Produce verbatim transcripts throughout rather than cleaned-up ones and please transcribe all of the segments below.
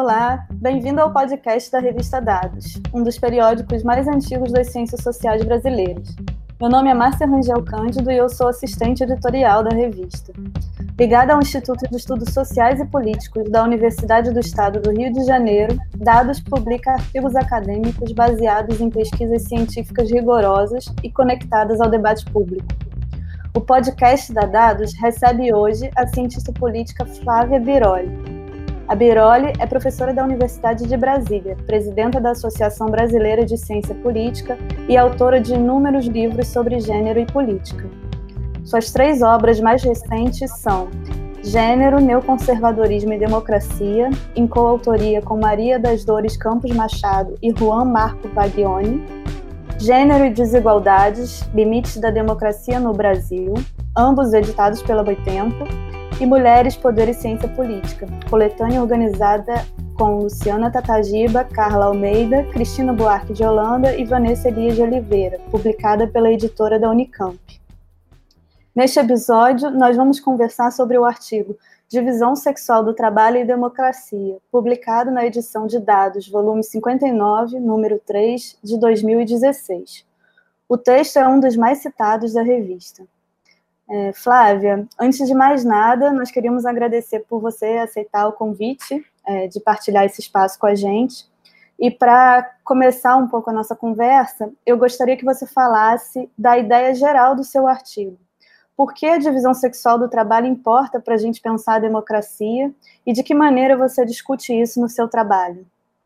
Olá, bem-vindo ao podcast da revista Dados, um dos periódicos mais antigos das ciências sociais brasileiras. Meu nome é Márcia Rangel Cândido e eu sou assistente editorial da revista. Ligada ao Instituto de Estudos Sociais e Políticos da Universidade do Estado do Rio de Janeiro, Dados publica artigos acadêmicos baseados em pesquisas científicas rigorosas e conectadas ao debate público. O podcast da Dados recebe hoje a cientista política Flávia Biroli. A Biroli é professora da Universidade de Brasília, presidenta da Associação Brasileira de Ciência Política e autora de inúmeros livros sobre gênero e política. Suas três obras mais recentes são Gênero, Neoconservadorismo e Democracia, em coautoria com Maria das Dores Campos Machado e Juan Marco Baglioni, Gênero e Desigualdades, Limites da Democracia no Brasil, ambos editados pela Boitempo, e Mulheres, Poder e Ciência Política, coletânea organizada com Luciana Tatagiba, Carla Almeida, Cristina Buarque de Holanda e Vanessa Elias de Oliveira, publicada pela editora da Unicamp. Neste episódio, nós vamos conversar sobre o artigo Divisão Sexual do Trabalho e Democracia, publicado na edição de Dados, volume cinquenta e nove, número três, de dois mil e dezesseis. O texto é um dos mais citados da revista. É, Flávia, antes de mais nada, nós queríamos agradecer por você aceitar o convite é, de partilhar esse espaço com a gente. E para começar um pouco a nossa conversa, eu gostaria que você falasse da ideia geral do seu artigo. Por que a divisão sexual do trabalho importa para a gente pensar a democracia e de que maneira você discute isso no seu trabalho?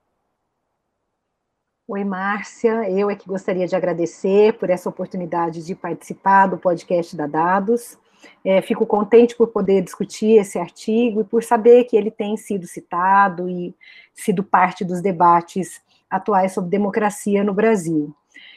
Oi, Márcia, eu é que gostaria de agradecer por essa oportunidade de participar do podcast da Dados. É, fico contente por poder discutir esse artigo e por saber que ele tem sido citado e sido parte dos debates atuais sobre democracia no Brasil.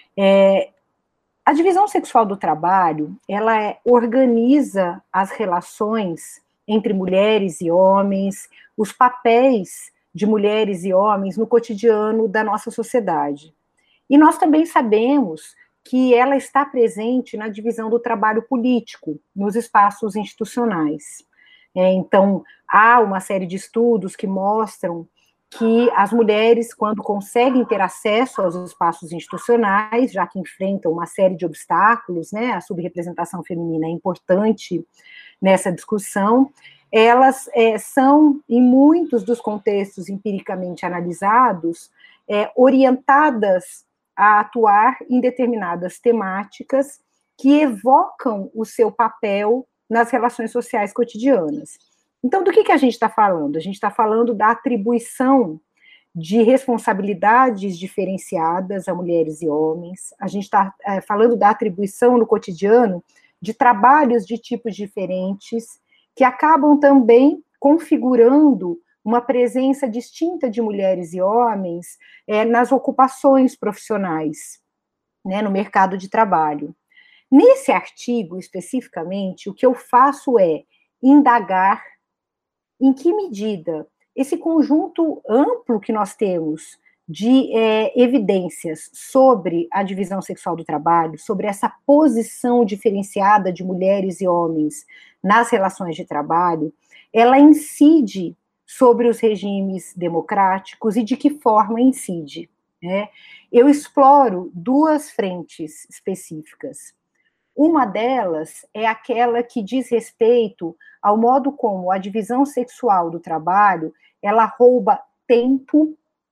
É, a divisão sexual do trabalho, ela é, organiza as relações entre mulheres e homens, os papéis de mulheres e homens no cotidiano da nossa sociedade. E nós também sabemos que ela está presente na divisão do trabalho político, nos espaços institucionais. É, então, há uma série de estudos que mostram que as mulheres, quando conseguem ter acesso aos espaços institucionais, já que enfrentam uma série de obstáculos, né, a subrepresentação feminina é importante nessa discussão, elas é, são, em muitos dos contextos empiricamente analisados, é, orientadas a atuar em determinadas temáticas que evocam o seu papel nas relações sociais cotidianas. Então, do que, que a gente está falando? A gente está falando da atribuição de responsabilidades diferenciadas a mulheres e homens, a gente está é, falando da atribuição no cotidiano de trabalhos de tipos diferentes, que acabam também configurando uma presença distinta de mulheres e homens é, nas ocupações profissionais, né, no mercado de trabalho. Nesse artigo, especificamente, o que eu faço é indagar em que medida esse conjunto amplo que nós temos de é, evidências sobre a divisão sexual do trabalho, sobre essa posição diferenciada de mulheres e homens nas relações de trabalho, ela incide sobre os regimes democráticos e de que forma incide, né? Eu exploro duas frentes específicas. Uma delas é aquela que diz respeito ao modo como a divisão sexual do trabalho, ela rouba tempo,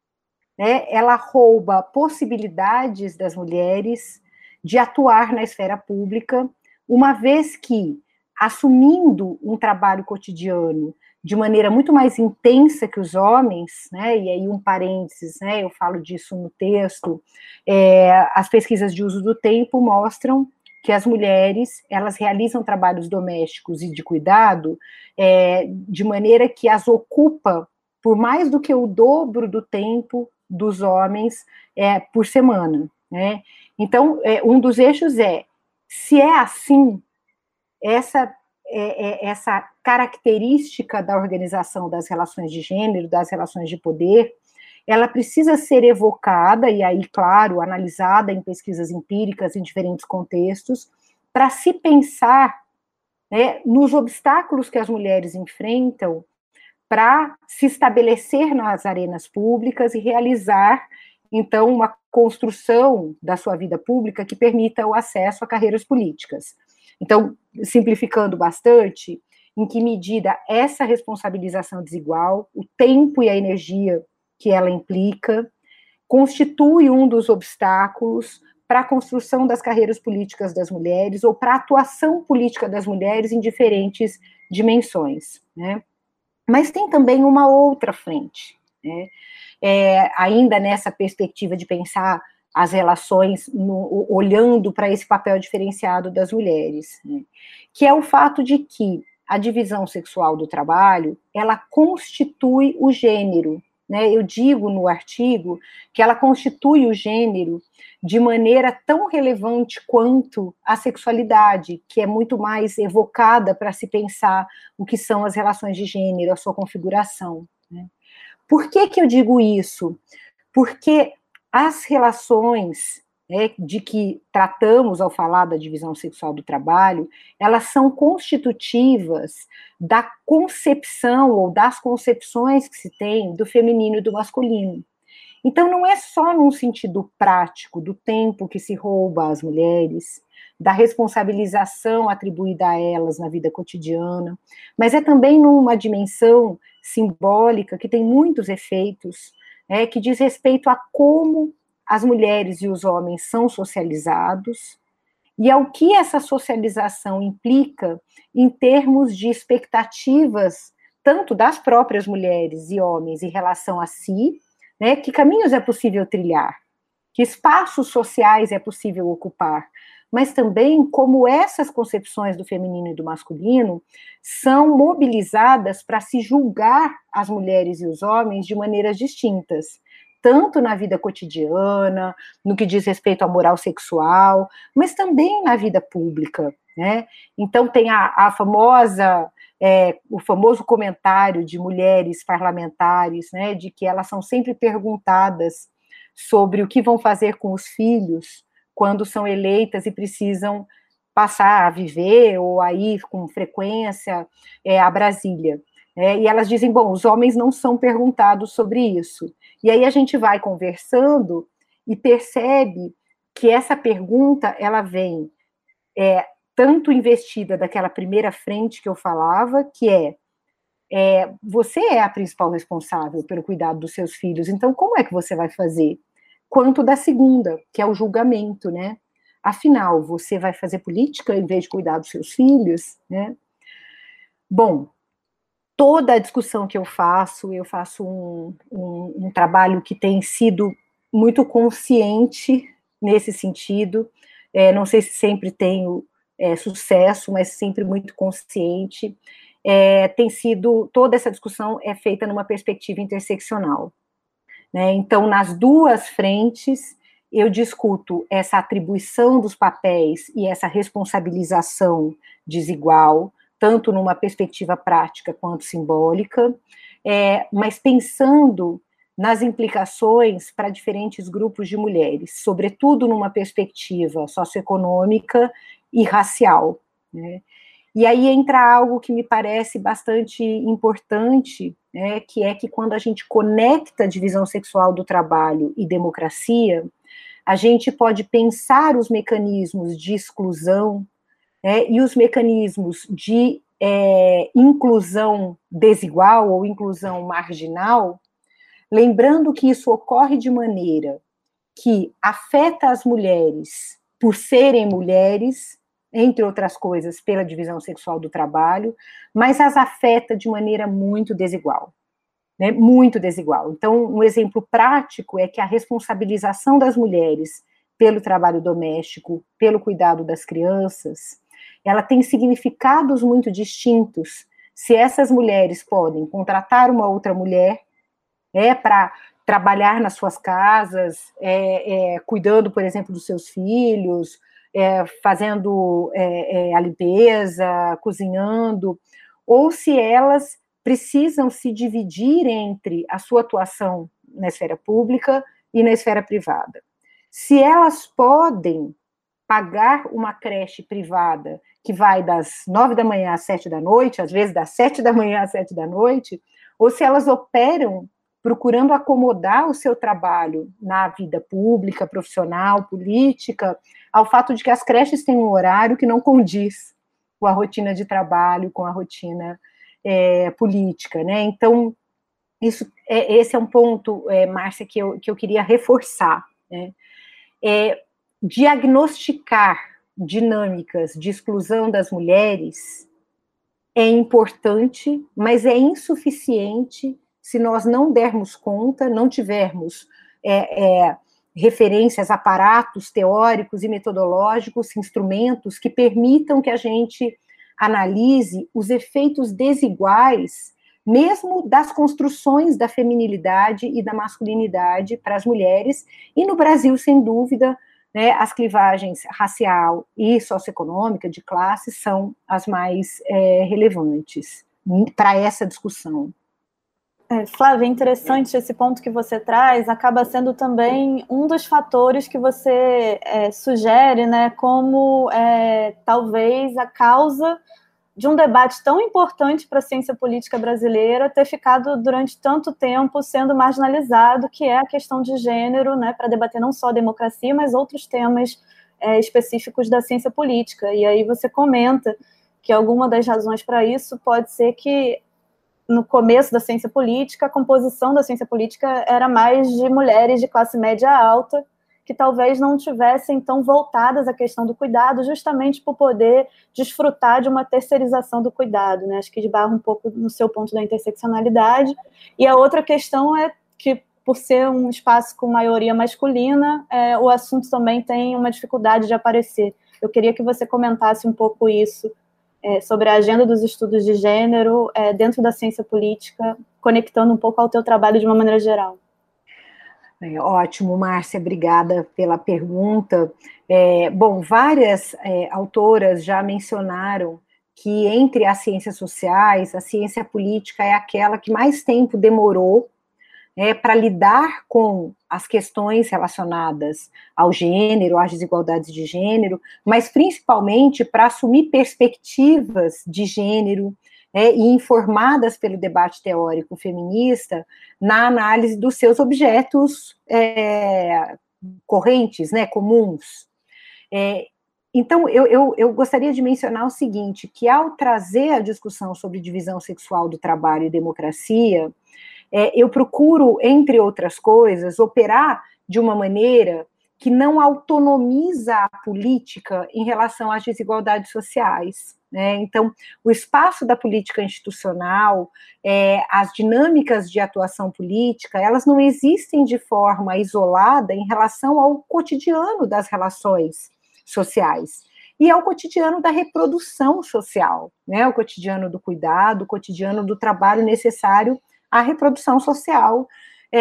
né? Ela rouba possibilidades das mulheres de atuar na esfera pública, uma vez que, assumindo um trabalho cotidiano de maneira muito mais intensa que os homens, né, e aí um parênteses, né, eu falo disso no texto, é, as pesquisas de uso do tempo mostram que as mulheres, elas realizam trabalhos domésticos e de cuidado é, de maneira que as ocupa por mais do que o dobro do tempo dos homens é, por semana, né? Então, é, um dos eixos é, se é assim, essa, é, é, essa característica da organização das relações de gênero, das relações de poder, ela precisa ser evocada, e aí, claro, analisada em pesquisas empíricas em diferentes contextos, para se pensar, né, nos obstáculos que as mulheres enfrentam para se estabelecer nas arenas públicas e realizar, então, uma construção da sua vida pública que permita o acesso a carreiras políticas. Então, simplificando bastante, em que medida essa responsabilização desigual, o tempo e a energia que ela implica, constitui um dos obstáculos para a construção das carreiras políticas das mulheres ou para a atuação política das mulheres em diferentes dimensões, né? Mas tem também uma outra frente, né? É, ainda nessa perspectiva de pensar as relações no, olhando para esse papel diferenciado das mulheres, né? Que é o fato de que a divisão sexual do trabalho, ela constitui o gênero, né? Eu digo no artigo que ela constitui o gênero de maneira tão relevante quanto a sexualidade, que é muito mais evocada para se pensar o que são as relações de gênero, a sua configuração, né? Por que que eu digo isso? Porque as relações, né, de que tratamos ao falar da divisão sexual do trabalho, elas são constitutivas da concepção ou das concepções que se tem do feminino e do masculino. Então, não é só num sentido prático do tempo que se rouba às mulheres, da responsabilização atribuída a elas na vida cotidiana, mas é também numa dimensão simbólica que tem muitos efeitos, né, que diz respeito a como as mulheres e os homens são socializados e ao que essa socialização implica em termos de expectativas, tanto das próprias mulheres e homens em relação a si, né, que caminhos é possível trilhar, que espaços sociais é possível ocupar, mas também como essas concepções do feminino e do masculino são mobilizadas para se julgar as mulheres e os homens de maneiras distintas, tanto na vida cotidiana, no que diz respeito à moral sexual, mas também na vida pública, né? Então tem a, a famosa, é, o famoso comentário de mulheres parlamentares, né, de que elas são sempre perguntadas sobre o que vão fazer com os filhos quando são eleitas e precisam passar a viver ou a ir com frequência é, a Brasília. É, e elas dizem, bom, os homens não são perguntados sobre isso. E aí a gente vai conversando e percebe que essa pergunta, ela vem é, tanto investida daquela primeira frente que eu falava, que é, é, você é a principal responsável pelo cuidado dos seus filhos, então como é que você vai fazer? Quanto da segunda, que é o julgamento, né? Afinal, você vai fazer política em vez de cuidar dos seus filhos, né? Bom, toda a discussão que eu faço, eu faço um, um, um trabalho que tem sido muito consciente nesse sentido, é, não sei se sempre tenho é, sucesso, mas sempre muito consciente, é, tem sido, toda essa discussão é feita numa perspectiva interseccional, né? Então, nas duas frentes, eu discuto essa atribuição dos papéis e essa responsabilização desigual, tanto numa perspectiva prática quanto simbólica, é, mas pensando nas implicações para diferentes grupos de mulheres, sobretudo numa perspectiva socioeconômica e racial, né? E aí entra algo que me parece bastante importante, né, que é que quando a gente conecta a divisão sexual do trabalho e democracia, a gente pode pensar os mecanismos de exclusão, né, e os mecanismos de é, inclusão desigual ou inclusão marginal, lembrando que isso ocorre de maneira que afeta as mulheres por serem mulheres, entre outras coisas, pela divisão sexual do trabalho, mas as afeta de maneira muito desigual, né? Muito desigual. Então, um exemplo prático é que a responsabilização das mulheres pelo trabalho doméstico, pelo cuidado das crianças, ela tem significados muito distintos se essas mulheres podem contratar uma outra mulher, é, para trabalhar nas suas casas, é, é, cuidando, por exemplo, dos seus filhos, é, fazendo é, é, a limpeza, cozinhando, ou se elas precisam se dividir entre a sua atuação na esfera pública e na esfera privada. Se elas podem pagar uma creche privada que vai das nove da manhã às sete da noite, às vezes das sete da manhã às sete da noite, ou se elas operam procurando acomodar o seu trabalho na vida pública, profissional, política, ao fato de que as creches têm um horário que não condiz com a rotina de trabalho, com a rotina é, política, né? Então, isso, é, esse é um ponto, é, Márcia, que eu, que eu queria reforçar, né? É, diagnosticar dinâmicas de exclusão das mulheres é importante, mas é insuficiente se nós não dermos conta, não tivermos é, é, referências, aparatos teóricos e metodológicos, instrumentos que permitam que a gente analise os efeitos desiguais, mesmo das construções da feminilidade e da masculinidade para as mulheres, e no Brasil, sem dúvida, né, as clivagens racial e socioeconômica de classe são as mais é, relevantes para essa discussão. É, Flávia, é interessante esse ponto que você traz, acaba sendo também um dos fatores que você é, sugere, né, como é, talvez a causa de um debate tão importante para a ciência política brasileira ter ficado durante tanto tempo sendo marginalizado, que é a questão de gênero, né, para debater não só a democracia, mas outros temas é, específicos da ciência política. E aí você comenta que alguma das razões para isso pode ser que no começo da ciência política, a composição da ciência política era mais de mulheres de classe média alta, que talvez não tivessem tão voltadas à questão do cuidado, justamente por poder desfrutar de uma terceirização do cuidado, né? Acho que esbarra um pouco no seu ponto da interseccionalidade. E a outra questão é que, por ser um espaço com maioria masculina, é, o assunto também tem uma dificuldade de aparecer. Eu queria que você comentasse um pouco isso, É, sobre a agenda dos estudos de gênero é, dentro da ciência política, conectando um pouco ao teu trabalho de uma maneira geral. É, ótimo, Márcia, obrigada pela pergunta. É, bom, várias é, autoras já mencionaram que entre as ciências sociais, a ciência política é aquela que mais tempo demorou É, para lidar com as questões relacionadas ao gênero, às desigualdades de gênero, mas principalmente para assumir perspectivas de gênero é, e informadas pelo debate teórico feminista na análise dos seus objetos é, correntes, né, comuns. É, então, eu, eu, eu gostaria de mencionar o seguinte, que ao trazer a discussão sobre divisão sexual do trabalho e democracia, É, eu procuro, entre outras coisas, operar de uma maneira que não autonomiza a política em relação às desigualdades sociais, né? Então, o espaço da política institucional, é, as dinâmicas de atuação política, elas não existem de forma isolada em relação ao cotidiano das relações sociais e ao cotidiano da reprodução social, né? O cotidiano do cuidado, o cotidiano do trabalho necessário a reprodução social, é,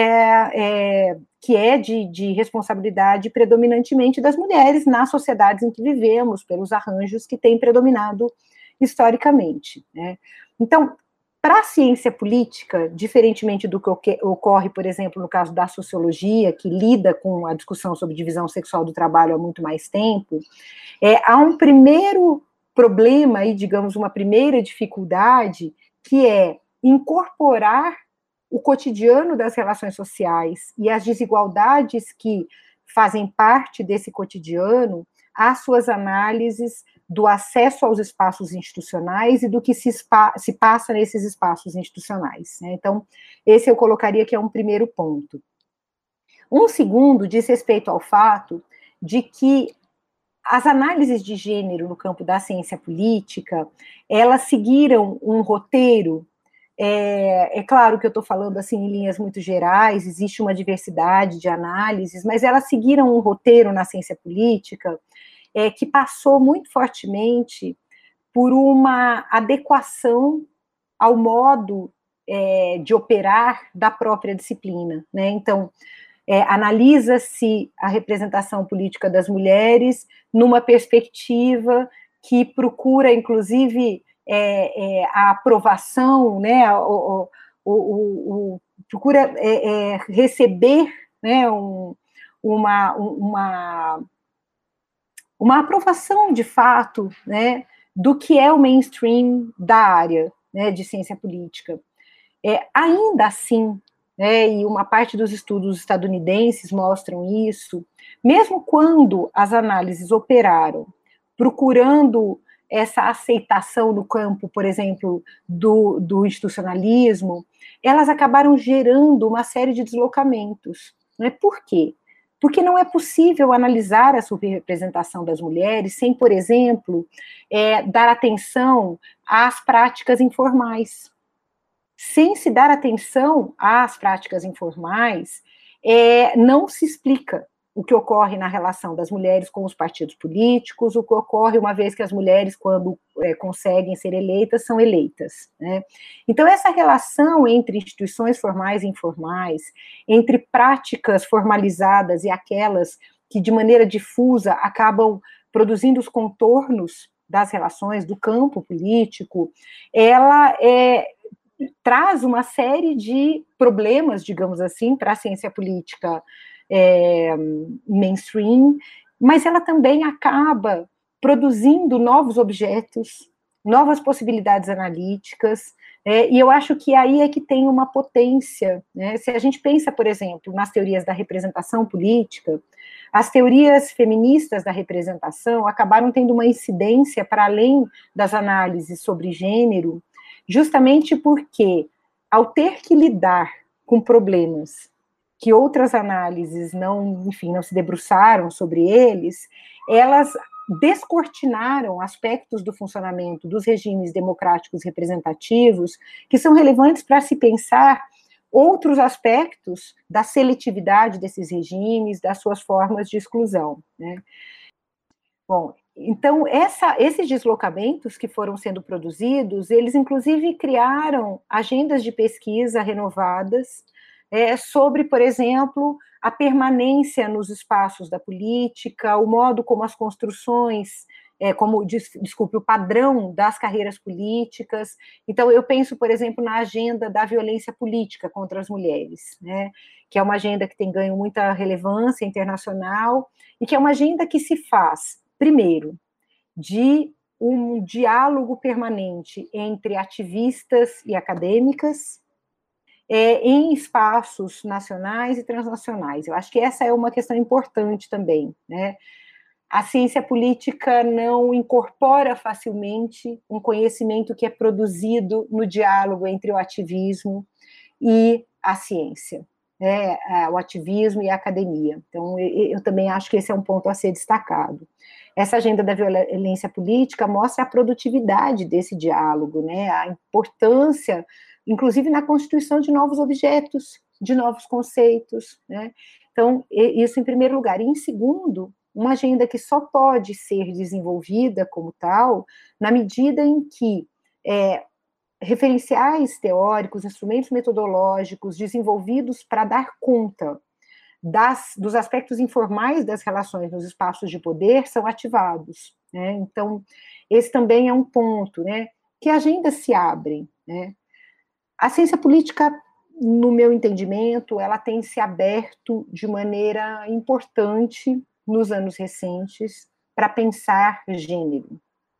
é, que é de, de responsabilidade predominantemente das mulheres nas sociedades em que vivemos, pelos arranjos que têm predominado historicamente, né? Então, para a ciência política, diferentemente do que ocorre, por exemplo, no caso da sociologia, que lida com a discussão sobre divisão sexual do trabalho há muito mais tempo, é, há um primeiro problema, e digamos, uma primeira dificuldade, que é incorporar o cotidiano das relações sociais e as desigualdades que fazem parte desse cotidiano às suas análises do acesso aos espaços institucionais e do que se, se passa nesses espaços institucionais, né? Então, esse eu colocaria que é um primeiro ponto. Um segundo diz respeito ao fato de que as análises de gênero no campo da ciência política, elas seguiram um roteiro. É, é claro que eu estou falando assim em linhas muito gerais, existe uma diversidade de análises, mas elas seguiram um roteiro na ciência política é, que passou muito fortemente por uma adequação ao modo é, de operar da própria disciplina, né? Então, é, analisa-se a representação política das mulheres numa perspectiva que procura, inclusive, É, é, a aprovação, né, o, o, o, o procura é, é, receber, né, um, uma, uma, uma aprovação de fato, né, do que é o mainstream da área, né, de ciência política. É, ainda assim, né, e uma parte dos estudos estadunidenses mostram isso, mesmo quando as análises operaram procurando essa aceitação no campo, por exemplo, do, do institucionalismo, elas acabaram gerando uma série de deslocamentos. Né? Por quê? Porque não é possível analisar a subrepresentação das mulheres sem, por exemplo, é, dar atenção às práticas informais. Sem se dar atenção às práticas informais, é, não se explica o que ocorre na relação das mulheres com os partidos políticos, o que ocorre uma vez que as mulheres, quando é, conseguem ser eleitas, são eleitas. Né? Então, essa relação entre instituições formais e informais, entre práticas formalizadas e aquelas que, de maneira difusa, acabam produzindo os contornos das relações do campo político, ela é, traz uma série de problemas, digamos assim, para a ciência política É, mainstream, mas ela também acaba produzindo novos objetos, novas possibilidades analíticas, é, e eu acho que aí é que tem uma potência, né? Se a gente pensa, por exemplo, nas teorias da representação política, as teorias feministas da representação acabaram tendo uma incidência para além das análises sobre gênero, justamente porque, ao ter que lidar com problemas que outras análises não, enfim, não se debruçaram sobre eles, elas descortinaram aspectos do funcionamento dos regimes democráticos representativos que são relevantes para se pensar outros aspectos da seletividade desses regimes, das suas formas de exclusão, né? Bom, então, essa, esses deslocamentos que foram sendo produzidos, eles inclusive criaram agendas de pesquisa renovadas, É, sobre, por exemplo, a permanência nos espaços da política, o modo como as construções, é, como, des, desculpe, o padrão das carreiras políticas. Então, eu penso, por exemplo, na agenda da violência política contra as mulheres, né, que é uma agenda que tem ganho muita relevância internacional, e que é uma agenda que se faz, primeiro, de um diálogo permanente entre ativistas e acadêmicas, É, em espaços nacionais e transnacionais. Eu acho que essa é uma questão importante também, né? A ciência política não incorpora facilmente um conhecimento que é produzido no diálogo entre o ativismo e a ciência, né? O ativismo e a academia. Então, eu, eu também acho que esse é um ponto a ser destacado. Essa agenda da violência política mostra a produtividade desse diálogo, né? A importância, inclusive na constituição de novos objetos, de novos conceitos, né? Então, isso em primeiro lugar. E em segundo, uma agenda que só pode ser desenvolvida como tal, na medida em que é, referenciais teóricos, instrumentos metodológicos desenvolvidos para dar conta das, dos aspectos informais das relações nos espaços de poder são ativados, né? Então, esse também é um ponto, né? Que agendas se abrem, né? A ciência política, no meu entendimento, ela tem se aberto de maneira importante nos anos recentes para pensar gênero.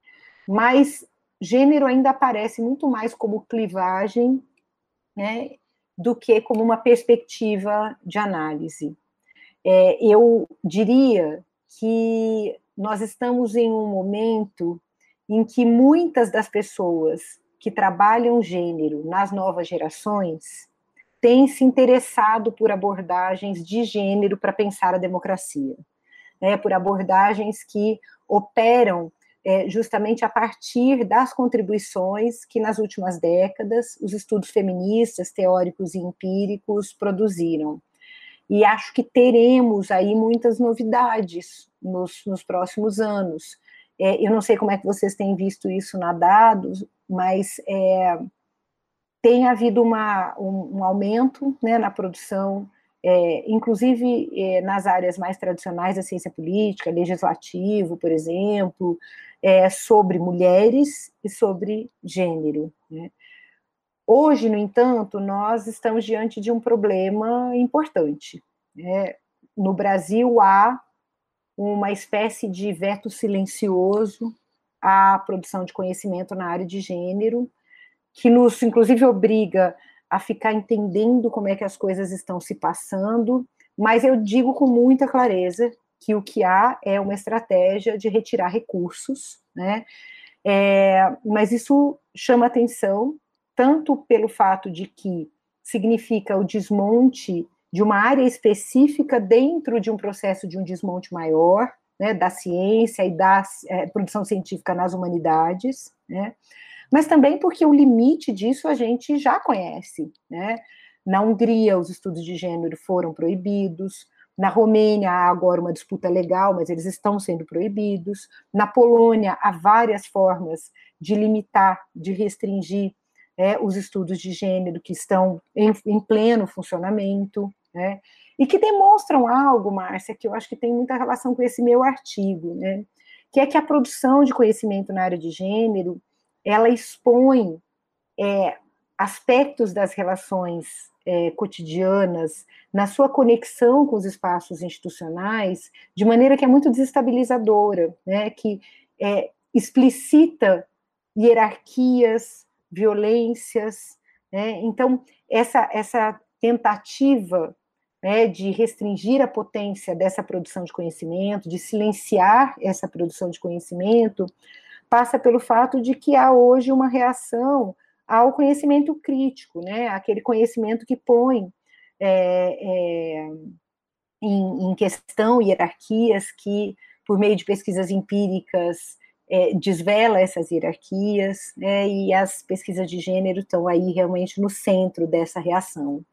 Mas gênero ainda aparece muito mais como clivagem, né, do que como uma perspectiva de análise. É, eu diria que nós estamos em um momento em que muitas das pessoas que trabalham gênero nas novas gerações têm se interessado por abordagens de gênero para pensar a democracia, né, por abordagens que operam é, justamente a partir das contribuições que nas últimas décadas os estudos feministas, teóricos e empíricos produziram. E acho que teremos aí muitas novidades nos, nos próximos anos. É, eu não sei como é que vocês têm visto isso na Dados, mas é, tem havido uma, um, um aumento, né, na produção, é, inclusive é, nas áreas mais tradicionais da ciência política, legislativo, por exemplo, é, sobre mulheres e sobre gênero, né? Hoje, no entanto, nós estamos diante de um problema importante, né? No Brasil, há uma espécie de veto silencioso à produção de conhecimento na área de gênero, que nos, inclusive, obriga a ficar entendendo como é que as coisas estão se passando, mas eu digo com muita clareza que o que há é uma estratégia de retirar recursos, né? É, mas isso chama atenção, tanto pelo fato de que significa o desmonte de uma área específica dentro de um processo de um desmonte maior, né, da ciência e da é, produção científica nas humanidades, né? Mas também porque o limite disso a gente já conhece, né? Na Hungria, os estudos de gênero foram proibidos. Na Romênia, há agora uma disputa legal, mas eles estão sendo proibidos. Na Polônia, há várias formas de limitar, de restringir é, os estudos de gênero que estão em, em pleno funcionamento, né? E que demonstram algo, Márcia, que eu acho que tem muita relação com esse meu artigo, né? Que é que a produção de conhecimento na área de gênero, ela expõe é, aspectos das relações é, cotidianas, na sua conexão com os espaços institucionais, de maneira que é muito desestabilizadora, né, que é, explicita hierarquias, violências, né, então essa, essa tentativa, né, de restringir a potência dessa produção de conhecimento, de silenciar essa produção de conhecimento, passa pelo fato de que há hoje uma reação ao conhecimento crítico, né, aquele conhecimento que põe é, é, em, em questão hierarquias, que, por meio de pesquisas empíricas, é, desvela essas hierarquias, né, e as pesquisas de gênero estão aí realmente no centro dessa reação.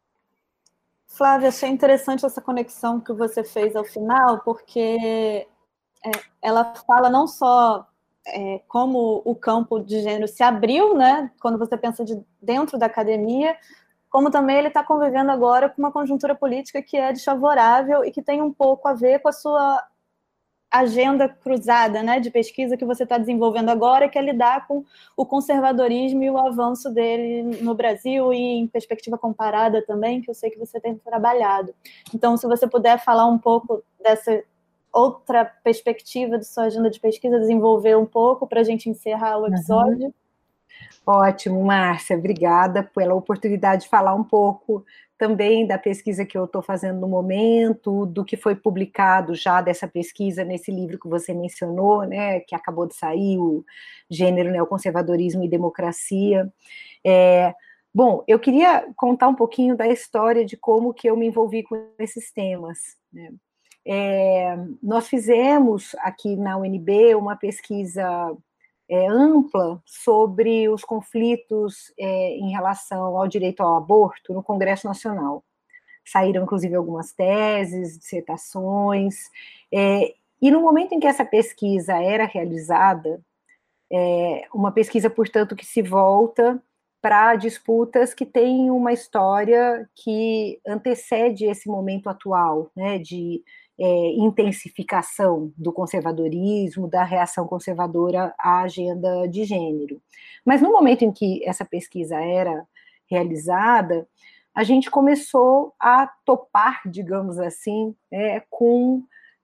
Flávia, achei interessante essa conexão que você fez ao final, porque é, ela fala não só é, como o campo de gênero se abriu, né, quando você pensa de dentro da academia, como também ele está convivendo agora com uma conjuntura política que é desfavorável e que tem um pouco a ver com a sua agenda cruzada, né, de pesquisa que você está desenvolvendo agora, que é lidar com o conservadorismo e o avanço dele no Brasil e em perspectiva comparada também, que eu sei que você tem trabalhado. Então, se você puder falar um pouco dessa outra perspectiva de sua agenda de pesquisa, desenvolver um pouco para a gente encerrar o episódio. Uhum. Ótimo, Márcia, obrigada pela oportunidade de falar um pouco também da pesquisa que eu estou fazendo no momento, do que foi publicado já dessa pesquisa nesse livro que você mencionou, né, que acabou de sair, o Gênero, Neoconservadorismo e Democracia. É, bom, eu queria contar um pouquinho da história de como que eu me envolvi com esses temas, né. É, nós fizemos aqui na U N B uma pesquisa É, ampla sobre os conflitos é, em relação ao direito ao aborto no Congresso Nacional. Saíram, inclusive, algumas teses, dissertações, é, e no momento em que essa pesquisa era realizada, é, uma pesquisa, portanto, que se volta para disputas que têm uma história que antecede esse momento atual, né, de é, intensificação do conservadorismo, da reação conservadora à agenda de gênero. Mas no momento em que essa pesquisa era realizada, a gente começou a topar, digamos assim, é, com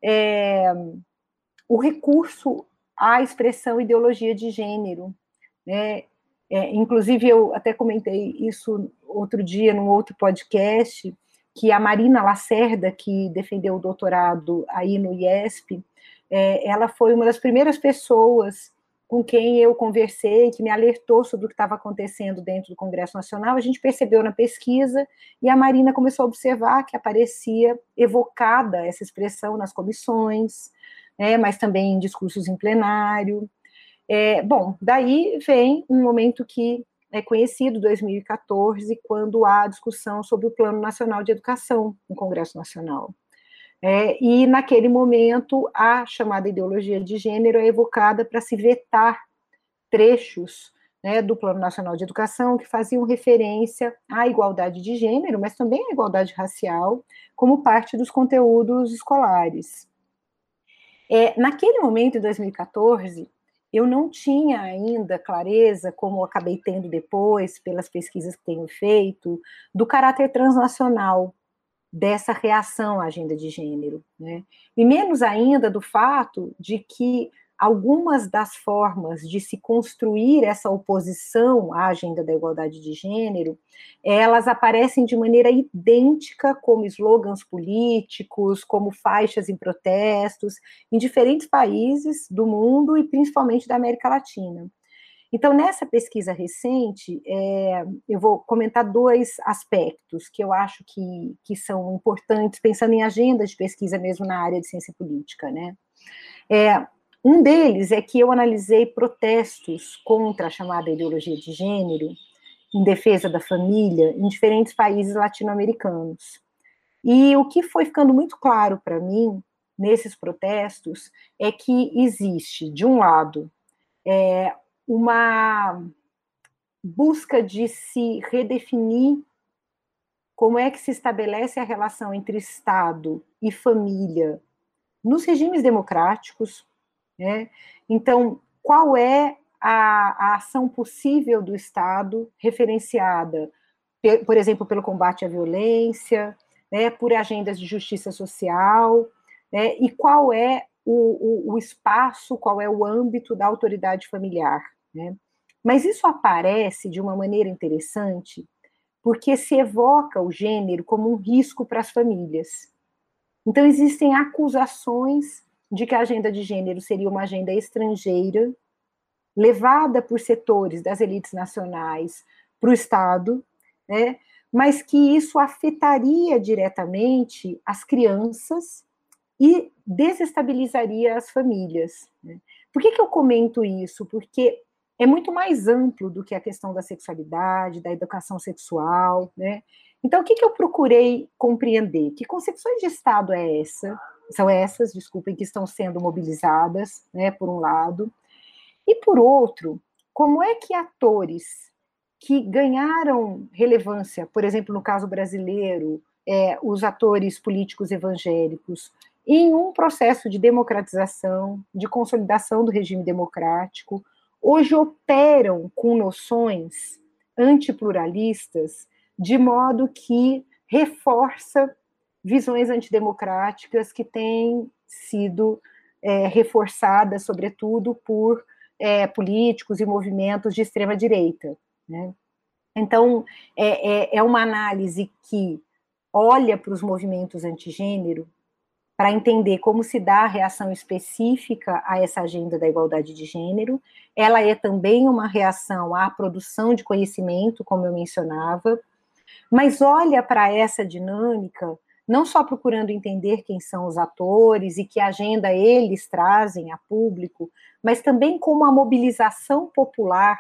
é, o recurso à expressão ideologia de gênero, né? É, inclusive, eu até comentei isso outro dia, num outro podcast, que a Marina Lacerda, que defendeu o doutorado aí no I E S P, é, ela foi uma das primeiras pessoas com quem eu conversei, que me alertou sobre o que estava acontecendo dentro do Congresso Nacional. A gente percebeu na pesquisa, e a Marina começou a observar que aparecia evocada essa expressão nas comissões, né, mas também em discursos em plenário. É, bom, daí vem um momento que é conhecido, dois mil e quatorze, quando há discussão sobre o Plano Nacional de Educação no Congresso Nacional. É, e naquele momento a chamada ideologia de gênero é evocada para se vetar trechos, né, do Plano Nacional de Educação que faziam referência à igualdade de gênero, mas também à igualdade racial, como parte dos conteúdos escolares. É, naquele momento, em dois mil e quatorze, eu não tinha ainda clareza, como eu acabei tendo depois, pelas pesquisas que tenho feito, do caráter transnacional dessa reação à agenda de gênero, né? E menos ainda do fato de que algumas das formas de se construir essa oposição à agenda da igualdade de gênero, elas aparecem de maneira idêntica como slogans políticos, como faixas em protestos, em diferentes países do mundo e principalmente da América Latina. Então, nessa pesquisa recente, é, eu vou comentar dois aspectos que eu acho que, que são importantes, pensando em agendas de pesquisa mesmo na área de ciência política, né? É, um deles é que eu analisei protestos contra a chamada ideologia de gênero, em defesa da família, em diferentes países latino-americanos. E o que foi ficando muito claro para mim, nesses protestos, é que existe, de um lado, é, uma busca de se redefinir como é que se estabelece a relação entre Estado e família nos regimes democráticos, né? Então, qual é a, a ação possível do Estado, referenciada, por exemplo, pelo combate à violência, né, por agendas de justiça social, né, e qual é o, o, o espaço, qual é o âmbito da autoridade familiar, né? Mas isso aparece de uma maneira interessante, porque se evoca o gênero como um risco para as famílias. Então, existem acusações de que a agenda de gênero seria uma agenda estrangeira, levada por setores das elites nacionais para o Estado, né, mas que isso afetaria diretamente as crianças e desestabilizaria as famílias. Né? Por que que eu comento isso? Porque é muito mais amplo do que a questão da sexualidade, da educação sexual, né? Então, o que que eu procurei compreender? Que concepções de Estado é essa, são essas, desculpem, que estão sendo mobilizadas, né, por um lado, e por outro, como é que atores que ganharam relevância, por exemplo, no caso brasileiro, é, os atores políticos evangélicos, em um processo de democratização, de consolidação do regime democrático, hoje operam com noções antipluralistas, de modo que reforça visões antidemocráticas que têm sido é, reforçadas, sobretudo, por é, políticos e movimentos de extrema-direita. Né? Então, é, é, é uma análise que olha para os movimentos antigênero para entender como se dá a reação específica a essa agenda da igualdade de gênero. Ela é também uma reação à produção de conhecimento, como eu mencionava, mas olha para essa dinâmica, não só procurando entender quem são os atores e que agenda eles trazem a público, mas também como a mobilização popular,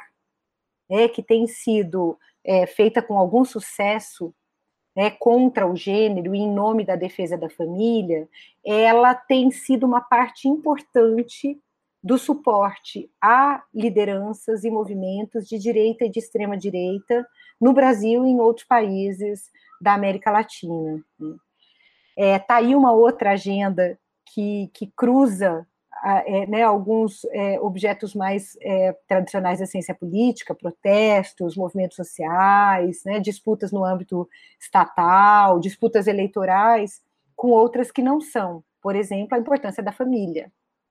é, que tem sido é, feita com algum sucesso, né, contra o gênero e em nome da defesa da família, ela tem sido uma parte importante do suporte a lideranças e movimentos de direita e de extrema direita no Brasil e em outros países da América Latina. Está é, aí uma outra agenda que, que cruza é, né, alguns é, objetos mais é, tradicionais da ciência política, protestos, movimentos sociais, né, disputas no âmbito estatal, disputas eleitorais, com outras que não são. Por exemplo, a importância da família.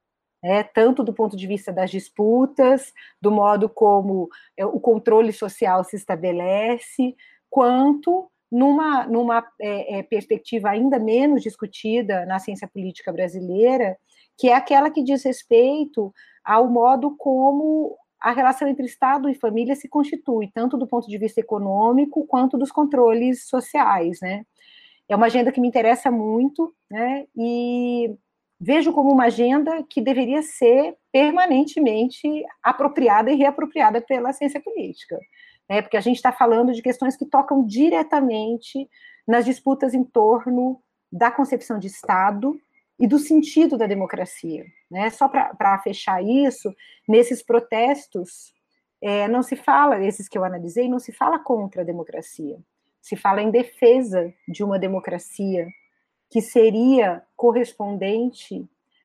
É, tanto do ponto de vista das disputas, do modo como é, o controle social se estabelece, quanto numa, numa é, é, perspectiva ainda menos discutida na ciência política brasileira, que é aquela que diz respeito ao modo como a relação entre Estado e família se constitui, tanto do ponto de vista econômico, quanto dos controles sociais, né? É uma agenda que me interessa muito, né, e vejo como uma agenda que deveria ser permanentemente apropriada e reapropriada pela ciência política, né, porque a gente está falando de questões que tocam diretamente nas disputas em torno da concepção de Estado e do sentido da democracia. Né? Só para fechar isso, nesses protestos, é, não se fala, esses que eu analisei, não se fala contra a democracia, se fala em defesa de uma democracia que seria correspondente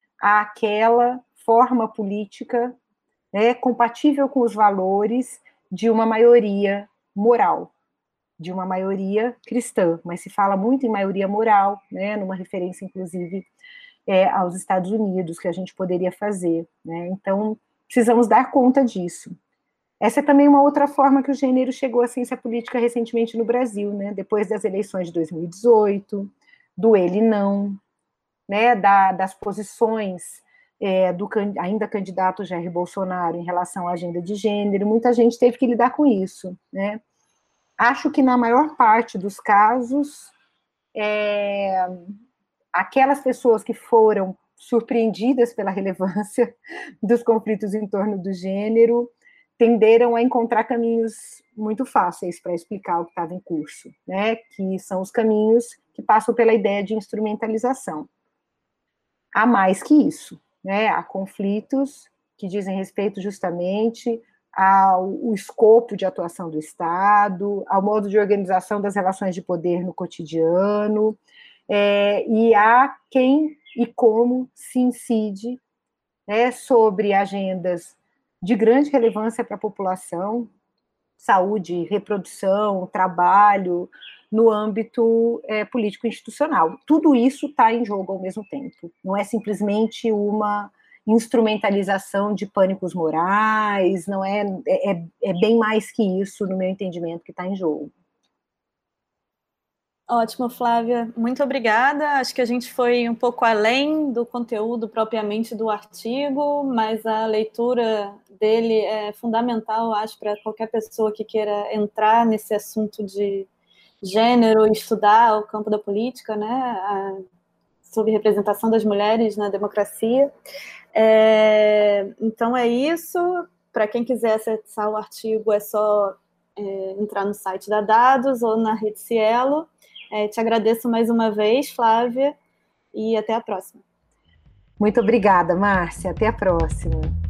àquela forma política, né, compatível com os valores de uma maioria moral, de uma maioria cristã, mas se fala muito em maioria moral, né, numa referência, inclusive, é, aos Estados Unidos, que a gente poderia fazer, né? Então, precisamos dar conta disso. Essa é também uma outra forma que o gênero chegou à ciência política recentemente no Brasil, né? Depois das eleições de dois mil e dezoito, do ele não, né? Da, das posições é, do ainda candidato Jair Bolsonaro em relação à agenda de gênero, muita gente teve que lidar com isso, né? Acho que na maior parte dos casos, é, aquelas pessoas que foram surpreendidas pela relevância dos conflitos em torno do gênero tenderam a encontrar caminhos muito fáceis para explicar o que estava em curso, né? Que são os caminhos que passam pela ideia de instrumentalização. Há mais que isso, né? Há conflitos que dizem respeito justamente ao escopo de atuação do Estado, ao modo de organização das relações de poder no cotidiano, é, e há quem e como se incide, né, sobre agendas de grande relevância para a população, saúde, reprodução, trabalho, no âmbito é, político-institucional. Tudo isso está em jogo ao mesmo tempo. Não é simplesmente uma instrumentalização de pânicos morais, não é, é, é bem mais que isso, no meu entendimento, que está em jogo. Ótimo, Flávia. Muito obrigada. Acho que a gente foi um pouco além do conteúdo propriamente do artigo, mas a leitura dele é fundamental, acho, para qualquer pessoa que queira entrar nesse assunto de gênero, estudar o campo da política, né, a subrepresentação das mulheres na democracia. É, então é isso. Para quem quiser acessar o artigo, é só é, entrar no site da Dados ou na Rede Cielo. É, te agradeço mais uma vez, Flávia, e até a próxima. Muito obrigada, Márcia. Até a próxima.